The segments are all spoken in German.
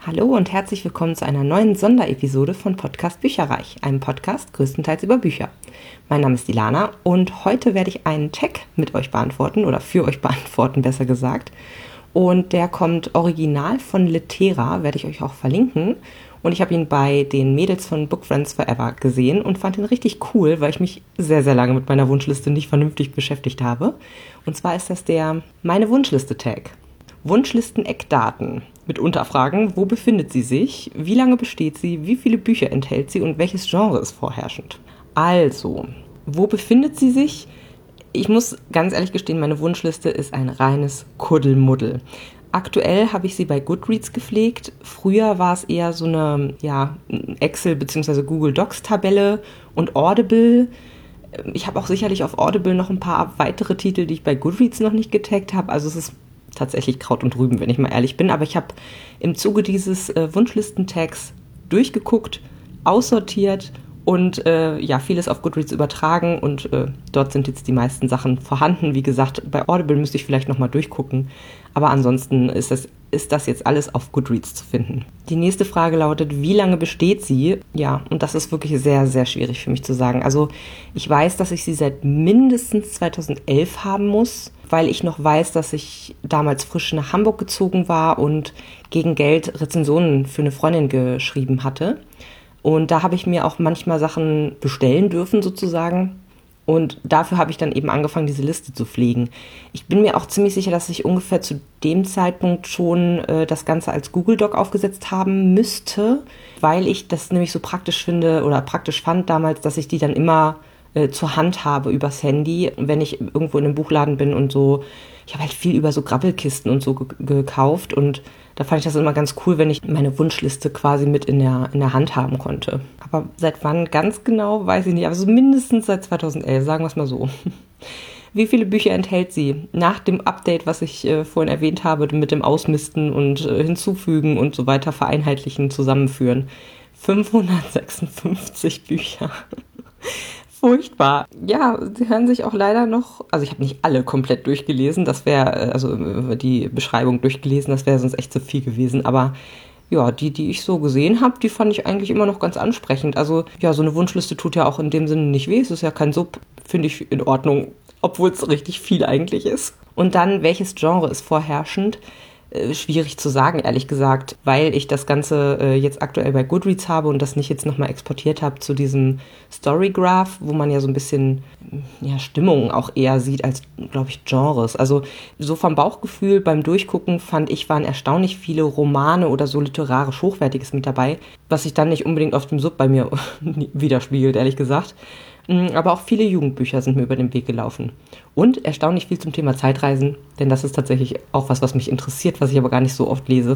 Hallo und herzlich willkommen zu einer neuen Sonderepisode von Podcast Bücherreich, einem Podcast größtenteils über Bücher. Mein Name ist Ilana und heute werde ich einen Tag mit euch beantworten oder für euch beantworten, besser gesagt. Und der kommt original von Litera, werde ich euch auch verlinken. Und ich habe ihn bei den Mädels von Book Friends Forever gesehen und fand ihn richtig cool, weil ich mich sehr, sehr lange mit meiner Wunschliste nicht vernünftig beschäftigt habe. Und zwar ist das der Meine Wunschliste-Tag. Wunschlisten-Eckdaten mit Unterfragen: Wo befindet sie sich? Wie lange besteht sie? Wie viele Bücher enthält sie? Und welches Genre ist vorherrschend? Also, wo befindet sie sich? Ich muss ganz ehrlich gestehen, meine Wunschliste ist ein reines Kuddelmuddel. Aktuell habe ich sie bei Goodreads gepflegt. Früher war es eher so eine Excel- bzw. Google Docs-Tabelle und Audible. Ich habe auch sicherlich auf Audible noch ein paar weitere Titel, die ich bei Goodreads noch nicht getaggt habe. Also es ist tatsächlich Kraut und Rüben, wenn ich mal ehrlich bin. Aber ich habe im Zuge dieses Wunschlisten-Tags durchgeguckt, aussortiert und vieles auf Goodreads übertragen. Und dort sind jetzt die meisten Sachen vorhanden. Wie gesagt, bei Audible müsste ich vielleicht nochmal durchgucken. Aber ansonsten ist das jetzt alles auf Goodreads zu finden. Die nächste Frage lautet: Wie lange besteht sie? Ja, und das ist wirklich sehr, sehr schwierig für mich zu sagen. Also ich weiß, dass ich sie seit mindestens 2011 haben muss, weil ich noch weiß, dass ich damals frisch nach Hamburg gezogen war und gegen Geld Rezensionen für eine Freundin geschrieben hatte. Und da habe ich mir auch manchmal Sachen bestellen dürfen sozusagen. Und dafür habe ich dann eben angefangen, diese Liste zu pflegen. Ich bin mir auch ziemlich sicher, dass ich ungefähr zu dem Zeitpunkt schon das Ganze als Google Doc aufgesetzt haben müsste, weil ich das nämlich so praktisch finde oder praktisch fand damals, dass ich die dann immer zur Hand habe übers Handy, wenn ich irgendwo in einem Buchladen bin und so. Ich habe halt viel über so Grabbelkisten und so gekauft und da fand ich das immer ganz cool, wenn ich meine Wunschliste quasi mit in der Hand haben konnte. Aber seit wann ganz genau, weiß ich nicht. Also mindestens seit 2011, sagen wir es mal so. Wie viele Bücher enthält sie? Nach dem Update, was ich vorhin erwähnt habe, mit dem Ausmisten und hinzufügen und so weiter, vereinheitlichen, zusammenführen. 556 Bücher. Furchtbar. Ja, sie hören sich auch leider noch, also ich habe nicht alle komplett durchgelesen, das wäre, also die Beschreibung durchgelesen, das wäre sonst echt zu viel gewesen, aber ja, die ich so gesehen habe, die fand ich eigentlich immer noch ganz ansprechend. Also ja, so eine Wunschliste tut ja auch in dem Sinne nicht weh, es ist ja kein Sub, finde ich in Ordnung, obwohl es richtig viel eigentlich ist. Und dann, welches Genre ist vorherrschend? Schwierig zu sagen, ehrlich gesagt, weil ich das Ganze jetzt aktuell bei Goodreads habe und das nicht jetzt nochmal exportiert habe zu diesem Storygraph, wo man ja so ein bisschen Stimmung auch eher sieht als, glaube ich, Genres. Also so vom Bauchgefühl beim Durchgucken fand ich, waren erstaunlich viele Romane oder so literarisch Hochwertiges mit dabei, was sich dann nicht unbedingt auf dem Sub bei mir widerspiegelt, ehrlich gesagt. Aber auch viele Jugendbücher sind mir über den Weg gelaufen. Und erstaunlich viel zum Thema Zeitreisen, denn das ist tatsächlich auch was mich interessiert, was ich aber gar nicht so oft lese.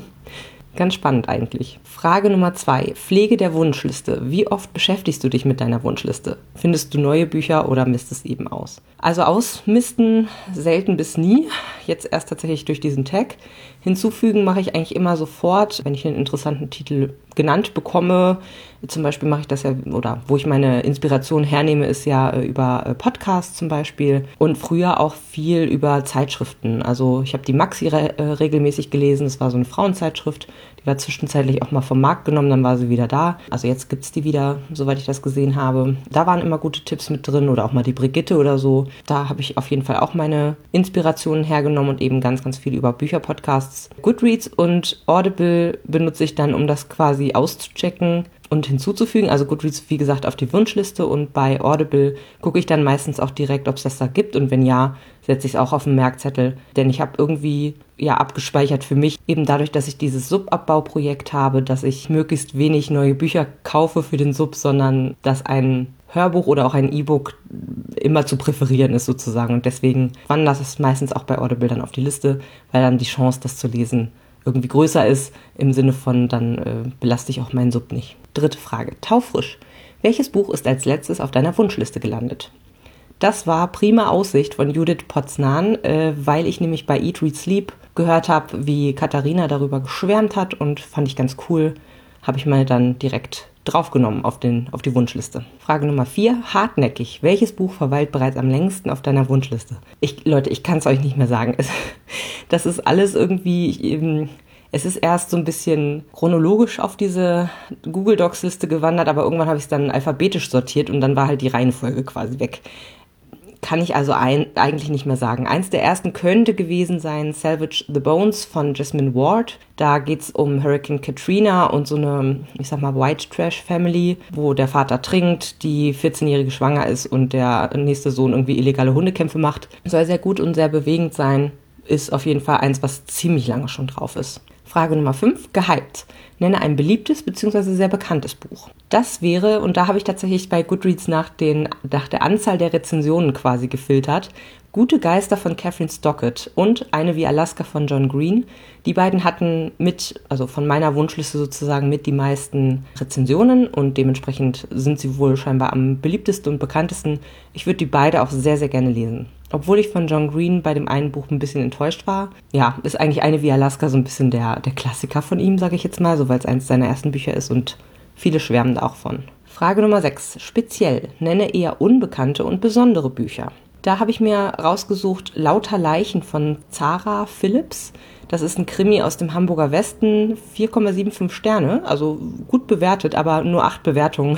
Ganz spannend eigentlich. Frage Nummer 2. Pflege der Wunschliste. Wie oft beschäftigst du dich mit deiner Wunschliste? Findest du neue Bücher oder mistest eben aus? Also ausmisten selten bis nie. Jetzt erst tatsächlich durch diesen Tag. Hinzufügen mache ich eigentlich immer sofort, wenn ich einen interessanten Titel genannt bekomme. Zum Beispiel mache ich das ja, oder wo ich meine Inspiration hernehme, ist ja über Podcasts zum Beispiel. Und früher auch viel über Zeitschriften. Also ich habe die Maxi regelmäßig gelesen. Das war so eine Frauenzeitschrift. Die war zwischenzeitlich auch mal vom Markt genommen, dann war sie wieder da. Also jetzt gibt's die wieder, soweit ich das gesehen habe. Da waren immer gute Tipps mit drin oder auch mal die Brigitte oder so. Da habe ich auf jeden Fall auch meine Inspirationen hergenommen und eben ganz, ganz viel über Bücherpodcasts. Goodreads und Audible benutze ich dann, um das quasi auszuchecken und hinzuzufügen. Also Goodreads, wie gesagt, auf die Wunschliste und bei Audible gucke ich dann meistens auch direkt, ob es das da gibt und wenn ja, setze ich es auch auf den Merkzettel. Denn ich habe irgendwie abgespeichert für mich, eben dadurch, dass ich dieses Subabbauprojekt habe, dass ich möglichst wenig neue Bücher kaufe für den Sub, sondern dass ein Hörbuch oder auch ein E-Book immer zu präferieren ist sozusagen. Und deswegen wandert es meistens auch bei Audible dann auf die Liste, weil dann die Chance, das zu lesen, irgendwie größer ist, im Sinne von, dann belaste ich auch meinen Sub nicht. Dritte Frage. Taufrisch. Welches Buch ist als letztes auf deiner Wunschliste gelandet? Das war Prima Aussicht von Judith Poznan, weil ich nämlich bei Eat, Read, Sleep gehört habe, wie Katharina darüber geschwärmt hat und fand ich ganz cool, habe ich mal dann direkt draufgenommen auf die Wunschliste. Frage Nummer 4, hartnäckig. Welches Buch verweilt bereits am längsten auf deiner Wunschliste? Leute, ich kann es euch nicht mehr sagen. Das ist alles irgendwie Es ist erst so ein bisschen chronologisch auf diese Google Docs Liste gewandert, aber irgendwann habe ich es dann alphabetisch sortiert und dann war halt die Reihenfolge quasi weg. Kann ich also eigentlich nicht mehr sagen. Eins der ersten könnte gewesen sein Salvage the Bones von Jasmine Ward. Da geht's um Hurricane Katrina und so eine, ich sag mal, White Trash Family, wo der Vater trinkt, die 14-jährige schwanger ist und der nächste Sohn irgendwie illegale Hundekämpfe macht. Soll sehr gut und sehr bewegend sein. Ist auf jeden Fall eins, was ziemlich lange schon drauf ist. Frage Nummer 5, gehypt. Nenne ein beliebtes bzw. sehr bekanntes Buch. Das wäre, und da habe ich tatsächlich bei Goodreads nach der Anzahl der Rezensionen quasi gefiltert, Gute Geister von Catherine Stockett und Eine wie Alaska von John Green. Die beiden hatten also von meiner Wunschliste sozusagen mit die meisten Rezensionen und dementsprechend sind sie wohl scheinbar am beliebtesten und bekanntesten. Ich würde die beide auch sehr, sehr gerne lesen. Obwohl ich von John Green bei dem einen Buch ein bisschen enttäuscht war. Ja, ist eigentlich Eine wie Alaska so ein bisschen der Klassiker von ihm, sage ich jetzt mal, so weil es eines seiner ersten Bücher ist und viele schwärmen da auch von. Frage Nummer 6. Speziell. Nenne eher unbekannte und besondere Bücher. Da habe ich mir rausgesucht Lauter Leichen von Zara Phillips. Das ist ein Krimi aus dem Hamburger Westen, 4,75 Sterne, also gut bewertet, aber nur 8 Bewertungen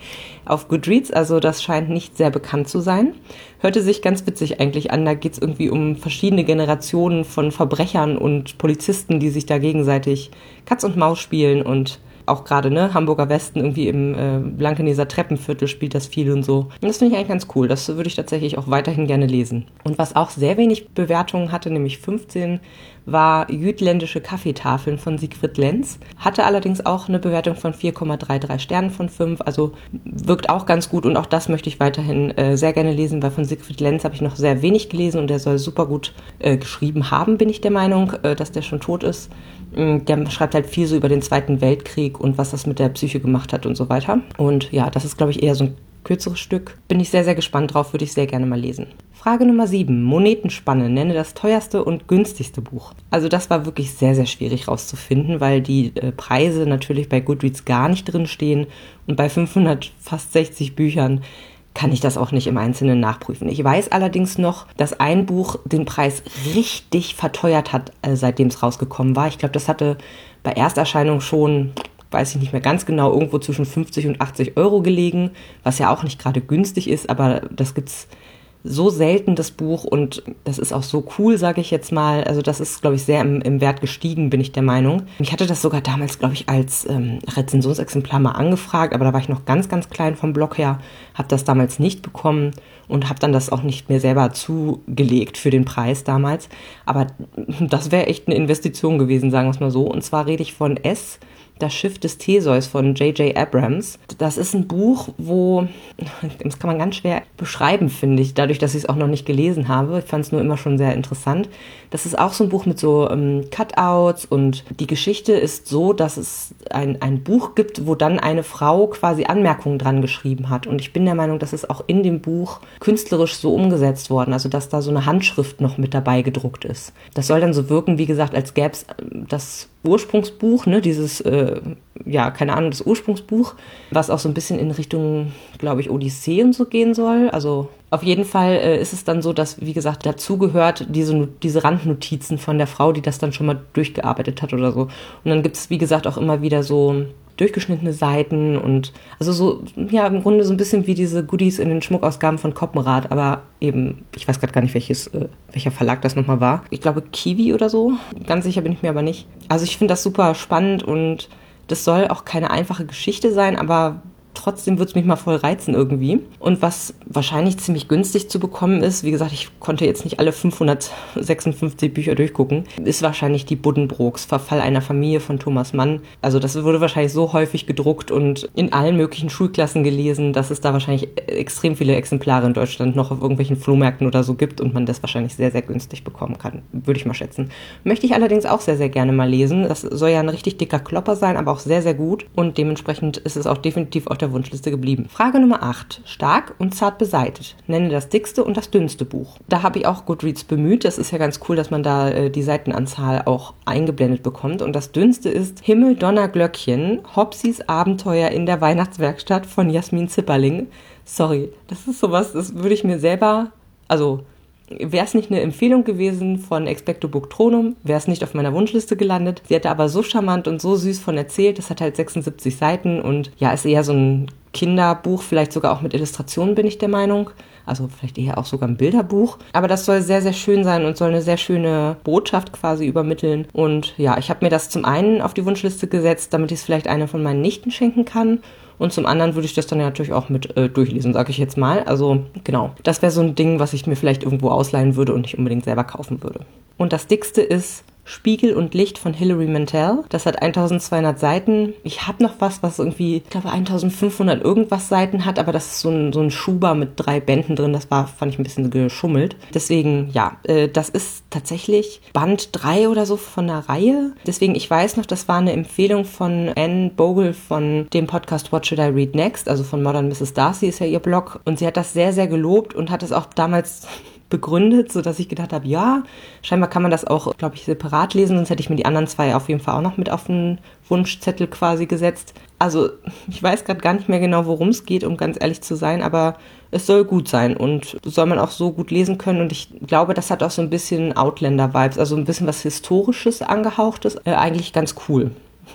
auf Goodreads, also das scheint nicht sehr bekannt zu sein. Hörte sich ganz witzig eigentlich an, da geht es irgendwie um verschiedene Generationen von Verbrechern und Polizisten, die sich da gegenseitig Katz und Maus spielen und auch gerade, Hamburger Westen, irgendwie im Blankeneser Treppenviertel spielt das viel und so. Und das finde ich eigentlich ganz cool. Das würde ich tatsächlich auch weiterhin gerne lesen. Und was auch sehr wenig Bewertungen hatte, nämlich 15, war Jütländische Kaffeetafeln von Siegfried Lenz. Hatte allerdings auch eine Bewertung von 4,33 Sternen von 5. Also wirkt auch ganz gut und auch das möchte ich weiterhin sehr gerne lesen, weil von Siegfried Lenz habe ich noch sehr wenig gelesen und der soll super gut geschrieben haben, bin ich der Meinung, dass der schon tot ist. Der schreibt halt viel so über den Zweiten Weltkrieg und was das mit der Psyche gemacht hat und so weiter. Und ja, das ist, glaube ich, eher so ein kürzeres Stück. Bin ich sehr, sehr gespannt drauf, würde ich sehr gerne mal lesen. Frage Nummer 7. Monetenspanne. Nenne das teuerste und günstigste Buch. Also das war wirklich sehr, sehr schwierig rauszufinden, weil die Preise natürlich bei Goodreads gar nicht drin stehen und bei 500, fast 60 Büchern kann ich das auch nicht im Einzelnen nachprüfen. Ich weiß allerdings noch, dass ein Buch den Preis richtig verteuert hat, seitdem es rausgekommen war. Ich glaube, das hatte bei Ersterscheinung schon, weiß ich nicht mehr ganz genau, irgendwo zwischen 50 und 80 Euro gelegen, was ja auch nicht gerade günstig ist, aber das gibt's so selten, das Buch, und das ist auch so cool, sage ich jetzt mal. Also das ist, glaube ich, sehr im Wert gestiegen, bin ich der Meinung. Ich hatte das sogar damals, glaube ich, als Rezensionsexemplar mal angefragt, aber da war ich noch ganz, ganz klein vom Blog her, habe das damals nicht bekommen und habe dann das auch nicht mehr selber zugelegt für den Preis damals. Aber das wäre echt eine Investition gewesen, sagen wir es mal so. Und zwar rede ich von Das Schiff des Theseus von J.J. Abrams. Das ist ein Buch, das kann man ganz schwer beschreiben, finde ich, dadurch, dass ich es auch noch nicht gelesen habe. Ich fand es nur immer schon sehr interessant. Das ist auch so ein Buch mit so Cutouts und die Geschichte ist so, dass es ein Buch gibt, wo dann eine Frau quasi Anmerkungen dran geschrieben hat. Und ich bin der Meinung, dass es auch in dem Buch künstlerisch so umgesetzt worden, also dass da so eine Handschrift noch mit dabei gedruckt ist. Das soll dann so wirken, wie gesagt, als gäbe es das Ursprungsbuch, dieses, das Ursprungsbuch, was auch so ein bisschen in Richtung, glaube ich, Odyssee und so gehen soll. Also auf jeden Fall ist es dann so, dass, wie gesagt, dazu gehört diese Randnotizen von der Frau, die das dann schon mal durchgearbeitet hat oder so. Und dann gibt es, wie gesagt, auch immer wieder so durchgeschnittene Seiten und also so, ja, im Grunde so ein bisschen wie diese Goodies in den Schmuckausgaben von Koppenrad, aber eben, ich weiß gerade gar nicht, welcher Verlag das nochmal war. Ich glaube Kiwi oder so, ganz sicher bin ich mir aber nicht. Also ich finde das super spannend und das soll auch keine einfache Geschichte sein, aber trotzdem würde es mich mal voll reizen irgendwie. Und was wahrscheinlich ziemlich günstig zu bekommen ist, wie gesagt, ich konnte jetzt nicht alle 556 Bücher durchgucken, ist wahrscheinlich die Buddenbrooks, Verfall einer Familie von Thomas Mann. Also das wurde wahrscheinlich so häufig gedruckt und in allen möglichen Schulklassen gelesen, dass es da wahrscheinlich extrem viele Exemplare in Deutschland noch auf irgendwelchen Flohmärkten oder so gibt und man das wahrscheinlich sehr, sehr günstig bekommen kann, würde ich mal schätzen. Möchte ich allerdings auch sehr, sehr gerne mal lesen. Das soll ja ein richtig dicker Klopper sein, aber auch sehr, sehr gut und dementsprechend ist es auch definitiv auf der Wunschliste geblieben. Frage Nummer 8. Stark und zart beseitet. Nenne das dickste und das dünnste Buch. Da habe ich auch Goodreads bemüht. Das ist ja ganz cool, dass man da die Seitenanzahl auch eingeblendet bekommt. Und das dünnste ist Himmel, Donner, Glöckchen, Hopsis Abenteuer in der Weihnachtswerkstatt von Jasmin Zipperling. Sorry, das ist sowas, das würde ich mir selber, also wäre es nicht eine Empfehlung gewesen von Expecto Booktronom, wäre es nicht auf meiner Wunschliste gelandet. Sie hat da aber so charmant und so süß von erzählt. Das hat halt 76 Seiten und ja, ist eher so ein Kinderbuch, vielleicht sogar auch mit Illustrationen, bin ich der Meinung. Also vielleicht eher auch sogar ein Bilderbuch. Aber das soll sehr, sehr schön sein und soll eine sehr schöne Botschaft quasi übermitteln. Und ja, ich habe mir das zum einen auf die Wunschliste gesetzt, damit ich es vielleicht einer von meinen Nichten schenken kann. Und zum anderen würde ich das dann ja natürlich auch mit durchlesen, sage ich jetzt mal. Also genau, das wäre so ein Ding, was ich mir vielleicht irgendwo ausleihen würde und nicht unbedingt selber kaufen würde. Und das dickste ist Spiegel und Licht von Hilary Mantel. Das hat 1200 Seiten. Ich habe noch was irgendwie, ich glaube 1500 irgendwas Seiten hat, aber das ist so ein Schuber mit 3 Bänden drin. Das fand ich ein bisschen geschummelt. Deswegen, ja, das ist tatsächlich Band 3 oder so von der Reihe. Deswegen, ich weiß noch, das war eine Empfehlung von Anne Bogle von dem Podcast What Should I Read Next? Also von Modern Mrs. Darcy ist ja ihr Blog. Und sie hat das sehr, sehr gelobt und hat es auch damals begründet, sodass ich gedacht habe, ja, scheinbar kann man das auch, glaube ich, separat lesen, sonst hätte ich mir die anderen 2 auf jeden Fall auch noch mit auf den Wunschzettel quasi gesetzt. Also ich weiß gerade gar nicht mehr genau, worum es geht, um ganz ehrlich zu sein, aber es soll gut sein und soll man auch so gut lesen können und ich glaube, das hat auch so ein bisschen Outlander-Vibes, also ein bisschen was Historisches angehauchtes, eigentlich ganz cool.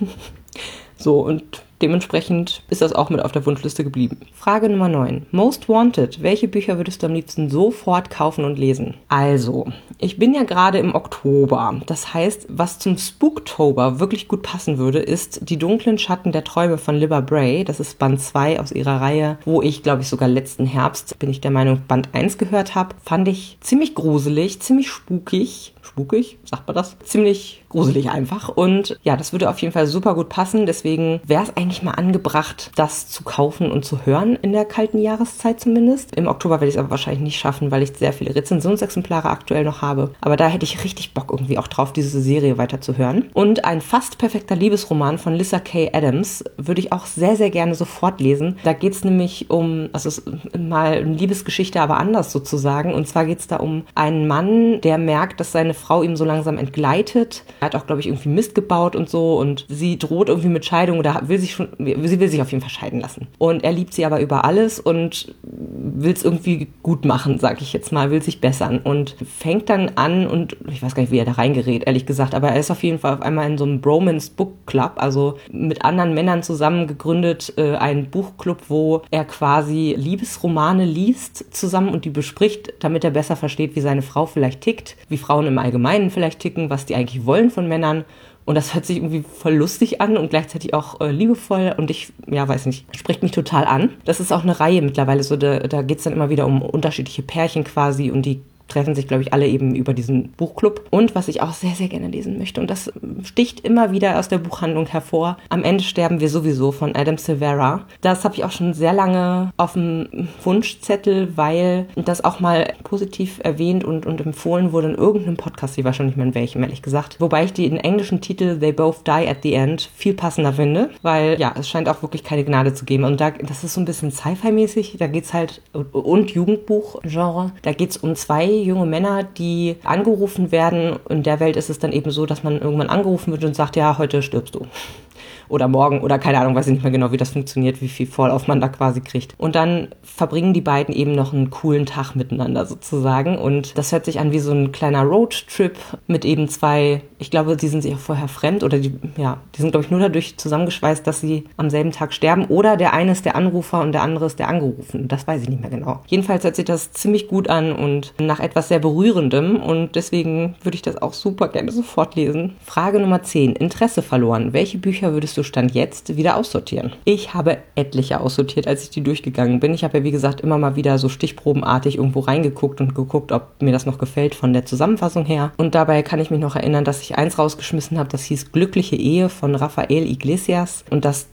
So, und dementsprechend ist das auch mit auf der Wunschliste geblieben. Frage Nummer 9. Most Wanted. Welche Bücher würdest du am liebsten sofort kaufen und lesen? Also, ich bin ja gerade im Oktober. Das heißt, was zum Spooktober wirklich gut passen würde, ist Die dunklen Schatten der Träume von Libba Bray. Das ist Band 2 aus ihrer Reihe, wo ich, glaube ich, sogar letzten Herbst, bin ich der Meinung, Band 1 gehört habe. Fand ich ziemlich gruselig, ziemlich spukig. Spukig, sagt man das? Ziemlich gruselig einfach. Und ja, das würde auf jeden Fall super gut passen. Deswegen wäre es eigentlich mal angebracht, das zu kaufen und zu hören in der kalten Jahreszeit zumindest. Im Oktober werde ich es aber wahrscheinlich nicht schaffen, weil ich sehr viele Rezensionsexemplare aktuell noch habe. Aber da hätte ich richtig Bock irgendwie auch drauf, diese Serie weiter zu hören. Und ein fast perfekter Liebesroman von Lyssa Kay Adams würde ich auch sehr, sehr gerne sofort lesen. Da geht es nämlich um, also es ist mal eine Liebesgeschichte, aber anders sozusagen. Und zwar geht es da um einen Mann, der merkt, dass seine Frau ihm so langsam entgleitet. Er hat auch, glaube ich, irgendwie Mist gebaut und so und sie droht irgendwie mit Scheidung oder sie will sich auf jeden Fall scheiden lassen. Und er liebt sie aber über alles und will es irgendwie gut machen, sag ich jetzt mal, will sich bessern und fängt dann an und ich weiß gar nicht, wie er da reingerät, ehrlich gesagt, aber er ist auf jeden Fall auf einmal in so einem Bromance Book Club, also mit anderen Männern zusammen gegründet, ein Buchclub, wo er quasi Liebesromane liest zusammen und die bespricht, damit er besser versteht, wie seine Frau vielleicht tickt, wie Frauen im Allgemeinen vielleicht ticken, was die eigentlich wollen von Männern. Und das hört sich irgendwie voll lustig an und gleichzeitig auch liebevoll und ich, ja, weiß nicht, spricht mich total an. Das ist auch eine Reihe mittlerweile, so da geht es dann immer wieder um unterschiedliche Pärchen quasi und die treffen sich, glaube ich, alle eben über diesen Buchclub. Und was ich auch sehr, sehr gerne lesen möchte, und das sticht immer wieder aus der Buchhandlung hervor, Am Ende sterben wir sowieso von Adam Silvera. Das habe ich auch schon sehr lange auf dem Wunschzettel, weil das auch mal positiv erwähnt und empfohlen wurde in irgendeinem Podcast, ich weiß schon nicht mehr in welchem, ehrlich gesagt. Wobei ich den englischen Titel They Both Die at the End viel passender finde, weil ja, es scheint auch wirklich keine Gnade zu geben. Und das ist so ein bisschen Sci-Fi-mäßig, da geht's halt, und Jugendbuch-Genre, da geht's um 2 junge Männer, die angerufen werden. In der Welt ist es dann eben so, dass man irgendwann angerufen wird und sagt, ja, heute stirbst du. Oder morgen oder keine Ahnung, weiß ich nicht mehr genau, wie das funktioniert, wie viel Vorlauf man da quasi kriegt. Und dann verbringen die beiden eben noch einen coolen Tag miteinander sozusagen und das hört sich an wie so ein kleiner Roadtrip mit eben 2, ich glaube, die sind sich auch vorher fremd oder die sind, glaube ich, nur dadurch zusammengeschweißt, dass sie am selben Tag sterben oder der eine ist der Anrufer und der andere ist der Angerufen. Das weiß ich nicht mehr genau. Jedenfalls hört sich das ziemlich gut an und nach etwas sehr Berührendem und deswegen würde ich das auch super gerne sofort lesen. Frage Nummer 10. Interesse verloren. Welche Bücher würdest du Stand jetzt wieder aussortieren? Ich habe etliche aussortiert, als ich die durchgegangen bin. Ich habe ja, wie gesagt, immer mal wieder so stichprobenartig irgendwo reingeguckt und geguckt, ob mir das noch gefällt von der Zusammenfassung her. Und dabei kann ich mich noch erinnern, dass ich eins rausgeschmissen habe, das hieß Glückliche Ehe von Rafael Iglesias. Und das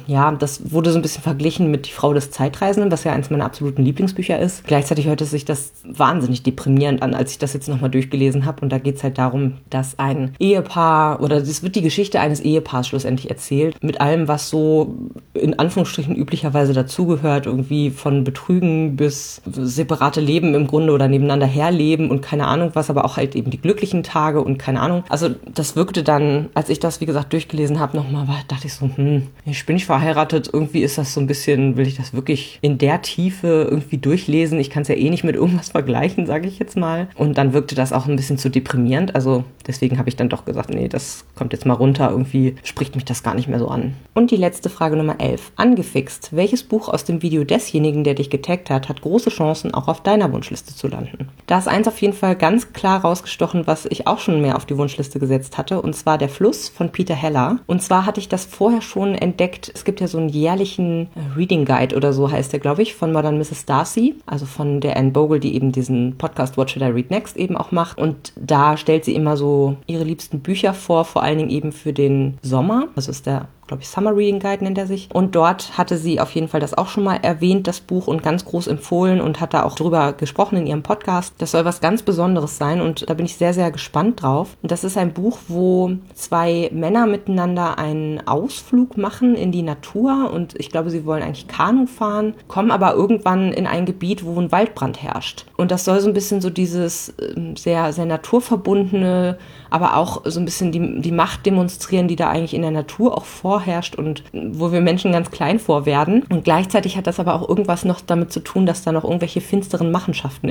wurde so ein bisschen verglichen mit Die Frau des Zeitreisenden, was ja eins meiner absoluten Lieblingsbücher ist. Gleichzeitig hörte sich das wahnsinnig deprimierend an, als ich das jetzt nochmal durchgelesen habe. Und da geht es halt darum, dass ein Ehepaar, oder es wird die Geschichte eines Ehepaars schlussendlich erzählt, erzählt, mit allem, was so in Anführungsstrichen üblicherweise dazugehört, irgendwie von Betrügen bis separate Leben im Grunde oder nebeneinander herleben und keine Ahnung was, aber auch halt eben die glücklichen Tage und keine Ahnung. Also das wirkte dann, als ich das, wie gesagt, durchgelesen habe, nochmal, dachte ich so, ich bin nicht verheiratet, irgendwie ist das so ein bisschen, will ich das wirklich in der Tiefe irgendwie durchlesen? Ich kann es ja eh nicht mit irgendwas vergleichen, sage ich jetzt mal. Und dann wirkte das auch ein bisschen zu deprimierend, also deswegen habe ich dann doch gesagt, nee, das kommt jetzt mal runter, irgendwie spricht mich das gar nicht mehr so an. Und die letzte Frage Nummer 11. Angefixt. Welches Buch aus dem Video desjenigen, der dich getaggt hat große Chancen, auch auf deiner Wunschliste zu landen? Da ist eins auf jeden Fall ganz klar rausgestochen, was ich auch schon mehr auf die Wunschliste gesetzt hatte, und zwar Der Fluss von Peter Heller. Und zwar hatte ich das vorher schon entdeckt. Es gibt ja so einen jährlichen Reading Guide oder so heißt der, glaube ich, von Modern Mrs. Darcy, also von der Anne Bogle, die eben diesen Podcast What Should I Read Next eben auch macht. Und da stellt sie immer so ihre liebsten Bücher vor, vor allen Dingen eben für den Sommer. Also ist der, glaube ich, Summer Reading Guide nennt er sich. Und dort hatte sie auf jeden Fall das auch schon mal erwähnt, das Buch, und ganz groß empfohlen und hat da auch drüber gesprochen in ihrem Podcast. Das soll was ganz Besonderes sein und da bin ich sehr, sehr gespannt drauf. Und das ist ein Buch, wo zwei Männer miteinander einen Ausflug machen in die Natur und ich glaube, sie wollen eigentlich Kanu fahren, kommen aber irgendwann in ein Gebiet, wo ein Waldbrand herrscht. Und das soll so ein bisschen so dieses sehr, sehr naturverbundene, aber auch so ein bisschen die Macht demonstrieren, die da eigentlich in der Natur auch vorherrscht und wo wir Menschen ganz klein vor werden. Und gleichzeitig hat das aber auch irgendwas noch damit zu tun, dass da noch irgendwelche finsteren Machenschaften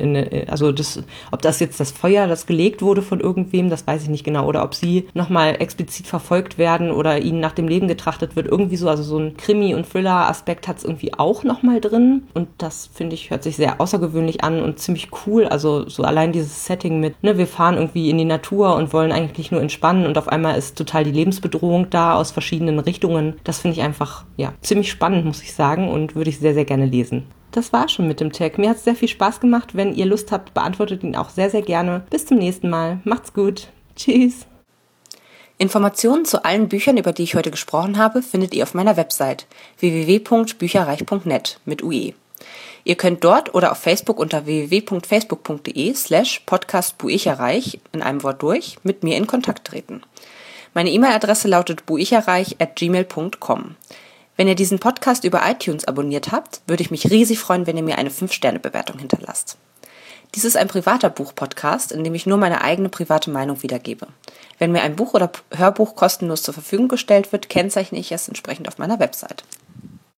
ob das jetzt das Feuer, das gelegt wurde von irgendwem, das weiß ich nicht genau, oder ob sie nochmal explizit verfolgt werden oder ihnen nach dem Leben getrachtet wird, irgendwie so, also so ein Krimi- und Thriller-Aspekt hat es irgendwie auch nochmal drin und das, finde ich, hört sich sehr außergewöhnlich an und ziemlich cool, also so allein dieses Setting mit, wir fahren irgendwie in die Natur und wollen eigentlich nur entspannen und auf einmal ist total die Lebensbedrohung da aus verschiedenen Richtungen. Das finde ich einfach, ziemlich spannend, muss ich sagen, und würde ich sehr, sehr gerne lesen. Das war schon mit dem Tag. Mir hat es sehr viel Spaß gemacht. Wenn ihr Lust habt, beantwortet ihn auch sehr, sehr gerne. Bis zum nächsten Mal. Macht's gut. Tschüss. Informationen zu allen Büchern, über die ich heute gesprochen habe, findet ihr auf meiner Website www.bücherreich.net mit UE. Ihr könnt dort oder auf Facebook unter www.facebook.de/podcastbuicherreich in einem Wort durch mit mir in Kontakt treten. Meine E-Mail-Adresse lautet buicherreich@gmail.com. Wenn ihr diesen Podcast über iTunes abonniert habt, würde ich mich riesig freuen, wenn ihr mir eine 5-Sterne-Bewertung hinterlasst. Dies ist ein privater Buch-Podcast, in dem ich nur meine eigene private Meinung wiedergebe. Wenn mir ein Buch oder Hörbuch kostenlos zur Verfügung gestellt wird, kennzeichne ich es entsprechend auf meiner Website.